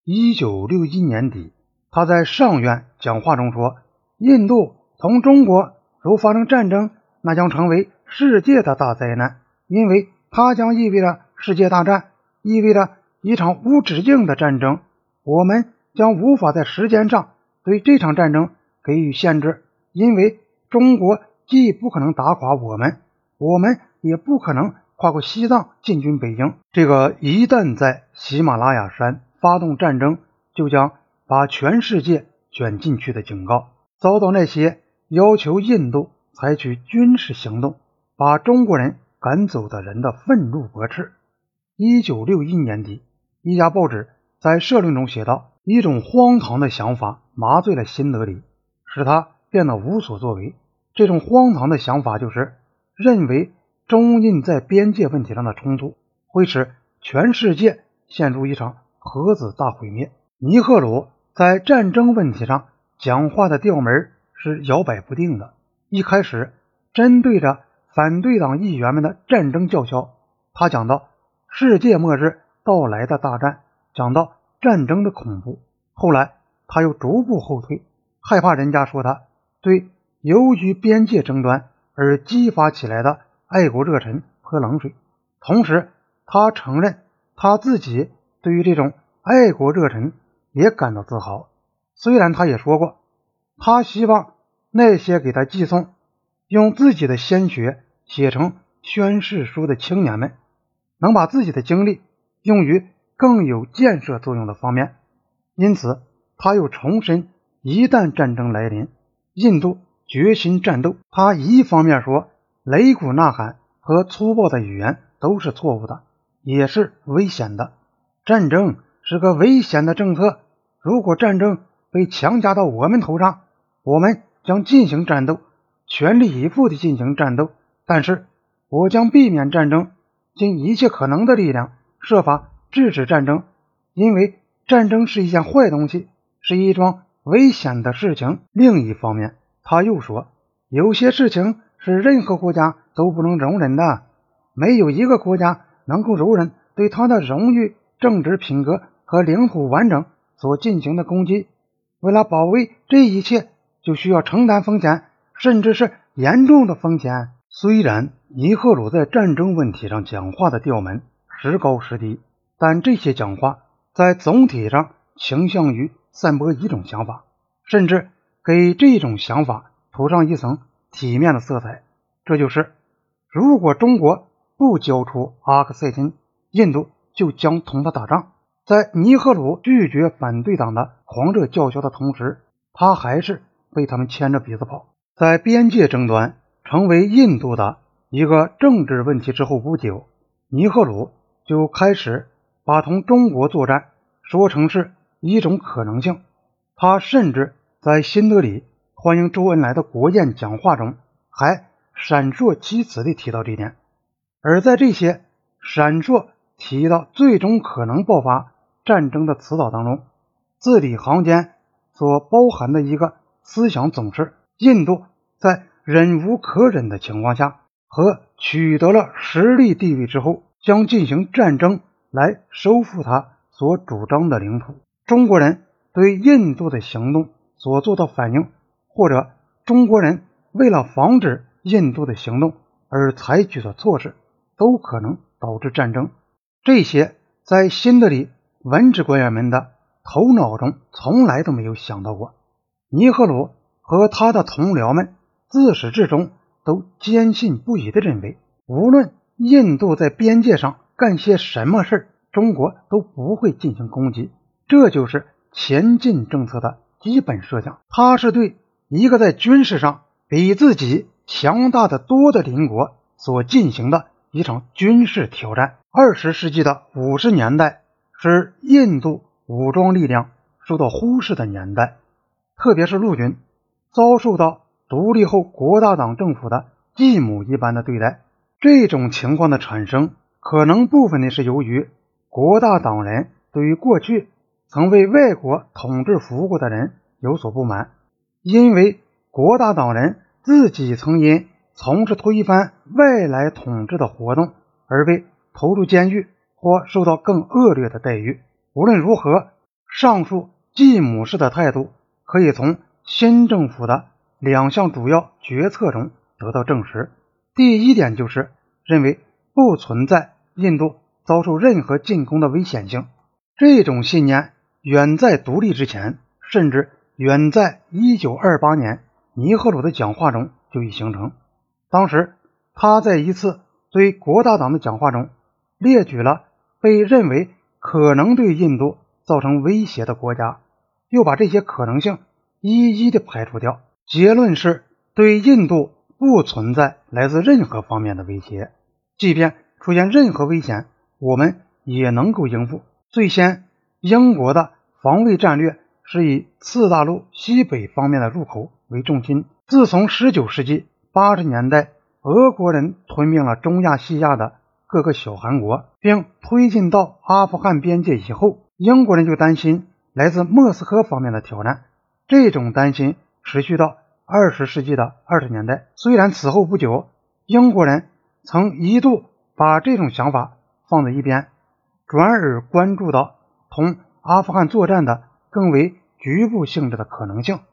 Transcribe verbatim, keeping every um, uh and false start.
一九六一年底，他在上院讲话中说，印度同中国如发生战争，那将成为世界的大灾难，因为它将意味着世界大战，意味着一场无止境的战争。我们将无法在时间上对这场战争给予限制，因为中国既不可能打垮我们，我们也不可能跨过西藏进军北京。这个一旦在喜马拉雅山发动战争，就将把全世界卷进去的警告，遭到那些要求印度采取军事行动把中国人赶走的人的愤怒驳斥。一九六一年底，一家报纸在社论中写道，一种荒唐的想法麻醉了辛德里，使他变得无所作为。这种荒唐的想法就是认为中印在边界问题上的冲突会使全世界陷入一场核子大毁灭。尼赫鲁在战争问题上讲话的调门是摇摆不定的。一开始针对着反对党议员们的战争叫嚣，他讲到世界末日到来的大战，讲到战争的恐怖。后来他又逐步后退，害怕人家说他对由于边界争端而激发起来的爱国热忱泼冷水。同时他承认他自己对于这种爱国热忱也感到自豪，虽然他也说过，他希望那些给他寄送用自己的鲜血写成宣誓书的青年们能把自己的精力用于更有建设作用的方面。因此他又重申，一旦战争来临，印度决心战斗。他一方面说擂鼓呐喊和粗暴的语言都是错误的，也是危险的，战争是个危险的政策，如果战争被强加到我们头上，我们将进行战斗，全力以赴地进行战斗，但是我将避免战争，尽一切可能的力量设法制止战争，因为战争是一件坏东西，是一桩危险的事情。另一方面他又说，有些事情是任何国家都不能容忍的，没有一个国家能够容忍对他的荣誉、政治品格和领土完整所进行的攻击。为了保卫这一切，就需要承担风险，甚至是严重的风险。虽然尼赫鲁在战争问题上讲话的调门时高时低，但这些讲话在总体上倾向于散播一种想法，甚至给这种想法涂上一层体面的色彩，这就是如果中国不交出阿克塞钦，印度就将同他打仗。在尼赫鲁拒绝反对党的狂热叫嚣的同时，他还是被他们牵着鼻子跑。在边界争端成为印度的一个政治问题之后不久，尼赫鲁就开始把同中国作战说成是一种可能性。他甚至在新德里欢迎周恩来的国宴讲话中还闪烁其词地提到这一点。而在这些闪烁提到最终可能爆发战争的词藻当中，字里行间所包含的一个思想总是，印度在忍无可忍的情况下和取得了实力地位之后，将进行战争来收复他所主张的领土。中国人对印度的行动所做的反应，或者中国人为了防止印度的行动而采取的措施，都可能导致战争。这些在新德里文职官员们的头脑中从来都没有想到过。尼赫鲁和他的同僚们自始至终都坚信不疑地认为，无论印度在边界上干些什么事，中国都不会进行攻击。这就是前进政策的基本设想。它是对一个在军事上比自己强大的多的邻国所进行的一场军事挑战。二十世纪的五十年代是印度武装力量受到忽视的年代，特别是陆军遭受到独立后国大党政府的继母一般的对待。这种情况的产生，可能部分的是由于国大党人对于过去曾为外国统治服务过的人有所不满，因为国大党人自己曾因从事推翻外来统治的活动而被投入监狱或受到更恶劣的待遇。无论如何， 上述继母式的态度可以从新政府的两项主要决策中得到证实。第一点就是认为不存在印度遭受任何进攻的危险性。这种信念远在独立之前，甚至远在一九二八年尼赫鲁的讲话中就已形成。当时他在一次对国大党的讲话中列举了被认为可能对印度造成威胁的国家，又把这些可能性一一的排除掉，结论是对印度不存在来自任何方面的威胁，即便出现任何危险，我们也能够应付。最先，英国的防卫战略是以次大陆西北方面的入口为重心。自从十九世纪八十年代俄国人吞并了中亚西亚的各个小韩国，并推进到阿富汗边界以后，英国人就担心来自莫斯科方面的挑战。这种担心持续到二十世纪的二十年代。虽然此后不久，英国人曾一度把这种想法放在一边，转而关注到同阿富汗作战的更为局部性质的可能性。